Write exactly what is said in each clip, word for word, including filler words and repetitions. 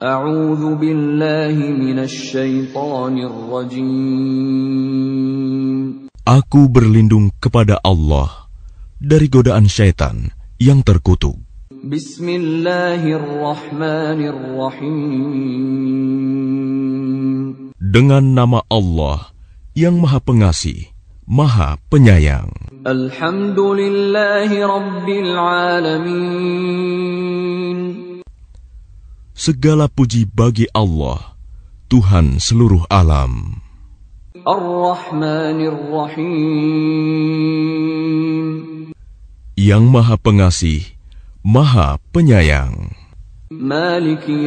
A'udzu billahi minasy syaithanir rajim. Aku berlindung kepada Allah dari godaan syaitan yang terkutuk. Bismillahirrahmanirrahim. Dengan nama Allah yang Maha Pengasih, Maha Penyayang. Alhamdulillahi Rabbil Alamin. Segala puji bagi Allah, Tuhan seluruh alam. Ar-Rahmanir Rahim. Yang Maha Pengasih, Maha Penyayang. Maliki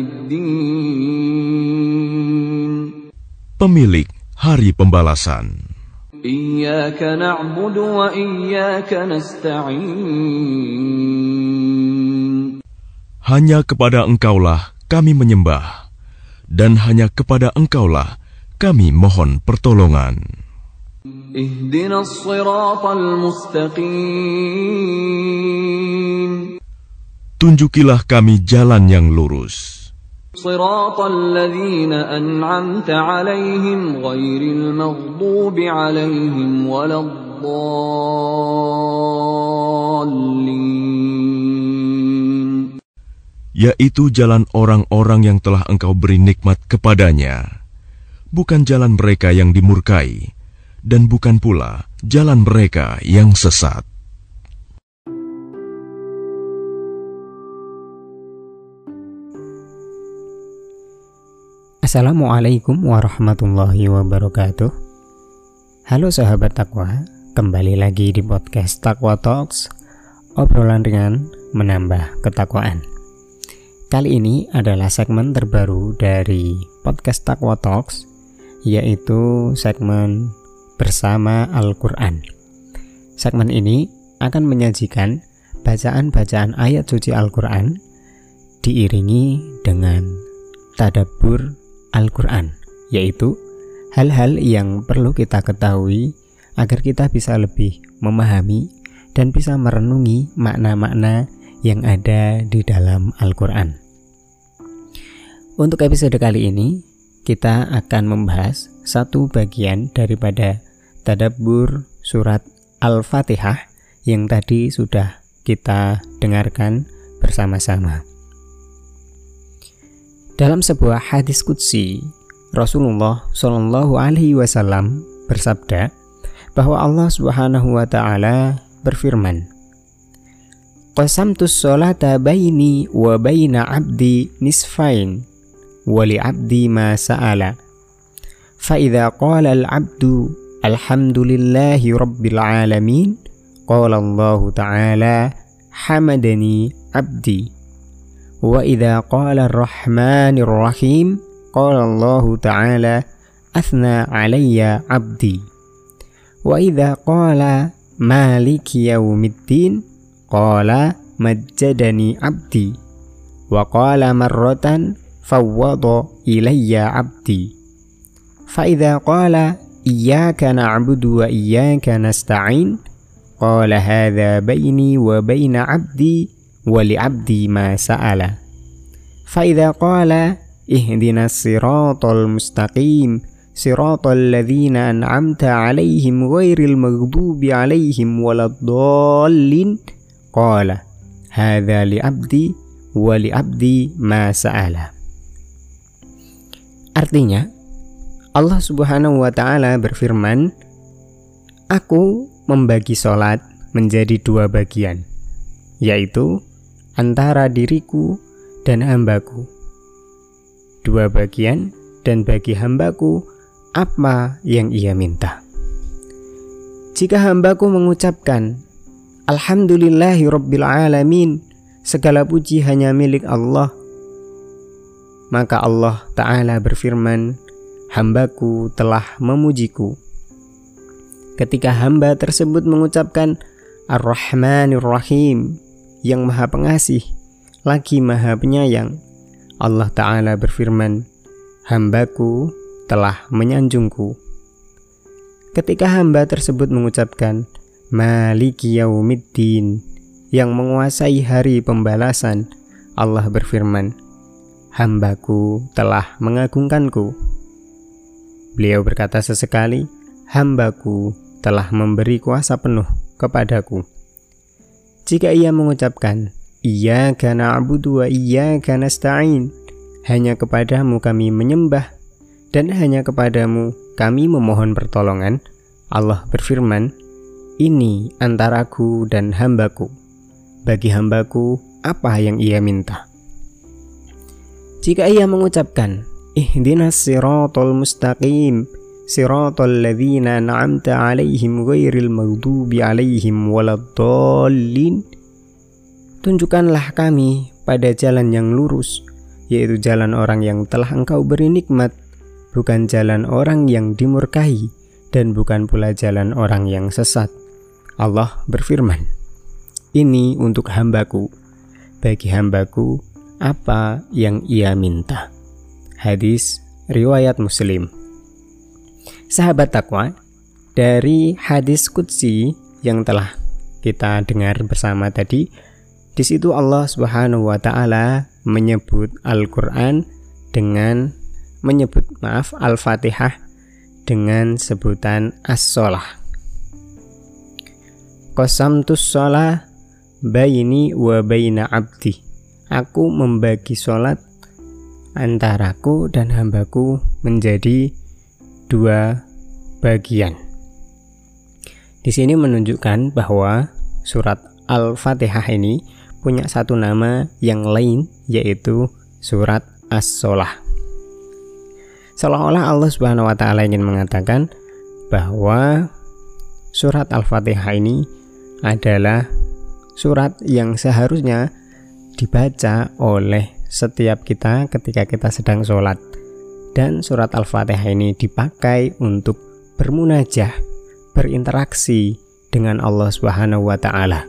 Yaumiddin. Pemilik Hari Pembalasan. Iyyaka na'budu wa iyyaka nasta'in. Hanya kepada Engkaulah kami menyembah, dan hanya kepada Engkaulah kami mohon pertolongan. Ihdinas siratal mustaqim. Tunjukilah kami jalan yang lurus. Siratal ladzina an'amta 'alaihim ghairil maghdubi 'alaihim waladdallin. Yaitu jalan orang-orang yang telah Engkau beri nikmat kepadanya, bukan jalan mereka yang dimurkai, dan bukan pula jalan mereka yang sesat. Assalamualaikum warahmatullahi wabarakatuh. Halo sahabat takwa, kembali lagi di podcast Takwa Talks, obrolan ringan menambah ketakwaan. Kali ini adalah segmen terbaru dari podcast Takwa Talks, yaitu segmen Bersama Al-Quran. Segmen ini akan menyajikan bacaan-bacaan ayat suci Al-Quran diiringi dengan tadabbur Al-Quran, yaitu hal-hal yang perlu kita ketahui agar kita bisa lebih memahami dan bisa merenungi makna-makna yang ada di dalam Al-Quran. Untuk episode kali ini, kita akan membahas satu bagian daripada tadabbur surat Al-Fatihah yang tadi sudah kita dengarkan bersama-sama. Dalam sebuah hadis qudsi, Rasulullah shallallahu alaihi wasallam bersabda bahwa Allah Subhanahu wa taala berfirman, "Qasamtus sholata baini wa baina 'abdi nisfain wa li 'abdi ma sa'ala. Fa idza qala al-'abdu alhamdulillahi rabbil alamin, qala Allah ta'ala hamadani 'abdi. Wa idza qala ar-rahmanir rahim, qala Allah ta'ala athna 'alayya 'abdi. Wa idza qala maliki yaumiddin, qala majjadani 'abdi. Wa qala marratan fawwada ilayya 'abdi. Fa idza qala iyyaka na'budu wa iyyaka nasta'in, qala hadza baini wa baina 'abdi wa li 'abdi ma sa'ala. Fa idza qala ihdinas siratal mustaqim siratal ladzina an'amta 'alaihim ghairil maghdubi 'alaihim waladdallin, qala hadza li 'abdi wa li 'abdi ma sa'ala." Artinya, Allah Subhanahu wa taala berfirman, "Aku membagi salat menjadi dua bagian, yaitu antara diriku dan hambaku. Dua bagian, dan bagi hambaku apa yang ia minta. Jika hambaku mengucapkan Alhamdulillahi Rabbil Alamin, segala puji hanya milik Allah, maka Allah Ta'ala berfirman, hambaku telah memujiku. Ketika hamba tersebut mengucapkan Ar-Rahmanir Rahim, yang Maha Pengasih lagi Maha Penyayang, Allah Ta'ala berfirman, hambaku telah menyanjungku. Ketika hamba tersebut mengucapkan Maliki Yaumiddin, yang menguasai hari pembalasan, Allah berfirman, hambaku telah mengagungkanku. Beliau berkata sesekali, hambaku telah memberi kuasa penuh kepadaku. Jika ia mengucapkan, iyyaka na'budu wa iyyaka nasta'in, hanya kepadamu kami menyembah dan hanya kepadamu kami memohon pertolongan, Allah berfirman, ini antaraku dan hambaku. Bagi hambaku apa yang ia minta. Jika ia mengucapkan, ihdinas siratal mustaqim, siratal ladzina an'amta 'alaihim ghairil maghdubi 'alaihim waladdallin, tunjukkanlah kami pada jalan yang lurus, yaitu jalan orang yang telah Engkau beri nikmat, bukan jalan orang yang dimurkahi, dan bukan pula jalan orang yang sesat. Allah berfirman, ini untuk hambaku, bagi hambaku apa yang ia minta. Hadis riwayat Muslim. Sahabat takwa, dari hadis qudsi yang telah kita dengar bersama tadi, di situ Allah Subhanahu wa taala menyebut Al-Qur'an dengan menyebut maaf Al-Fatihah dengan sebutan as-shalah. Qasamtus shalah baini wa baina abdi. Aku membagi sholat antaraku dan hambaku menjadi dua bagian. Di sini menunjukkan bahwa surat Al-Fatihah ini punya satu nama yang lain, yaitu surat As-Shalah. Seolah-olah Allah Subhanahu wa taala ingin mengatakan bahwa surat Al-Fatihah ini adalah surat yang seharusnya dibaca oleh setiap kita ketika kita sedang sholat. Dan surat Al-Fatihah ini dipakai untuk bermunajah, berinteraksi dengan Allah Subhanahu wa taala.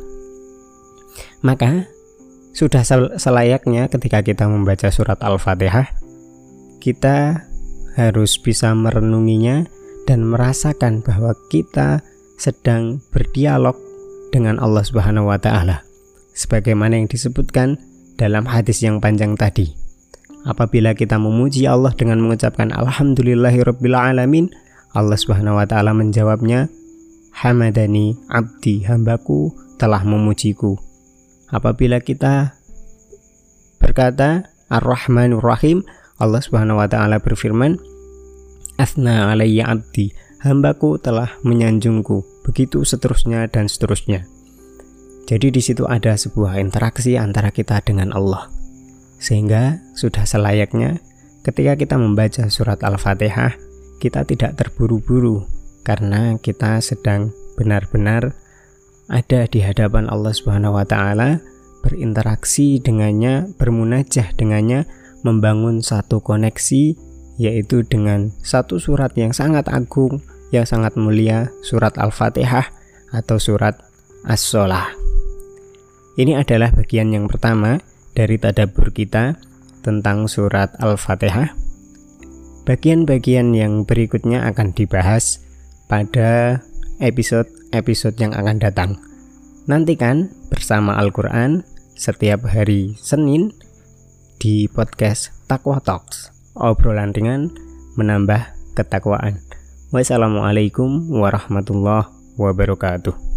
Maka sudah selayaknya ketika kita membaca surat Al-Fatihah, kita harus bisa merenunginya dan merasakan bahwa kita sedang berdialog dengan Allah Subhanahu wa taala, sebagaimana yang disebutkan dalam hadis yang panjang tadi. Apabila kita memuji Allah dengan mengucapkan alhamdulillahirabbil alamin, Allah Subhanahu wa taala menjawabnya, hamadani abdi, hambaku telah memujiku. Apabila kita berkata ar-rahmanur rahim, Allah Subhanahu wa taala berfirman, asna alayya abdi, hambaku telah menyanjungku. Begitu seterusnya dan seterusnya. Jadi di situ ada sebuah interaksi antara kita dengan Allah. Sehingga sudah selayaknya ketika kita membaca surat Al-Fatihah, kita tidak terburu-buru karena kita sedang benar-benar ada di hadapan Allah Subhanahu wa taala, berinteraksi dengannya, bermunajah dengannya, membangun satu koneksi, yaitu dengan satu surat yang sangat agung, yang sangat mulia, surat Al-Fatihah atau surat As-Shalah. Ini adalah bagian yang pertama dari tadabbur kita tentang surat Al-Fatihah. Bagian-bagian yang berikutnya akan dibahas pada episode-episode yang akan datang. Nantikan bersama Al-Quran setiap hari Senin di podcast Taqwa Talks, obrolan ringan menambah ketakwaan. Wassalamualaikum warahmatullahi wabarakatuh.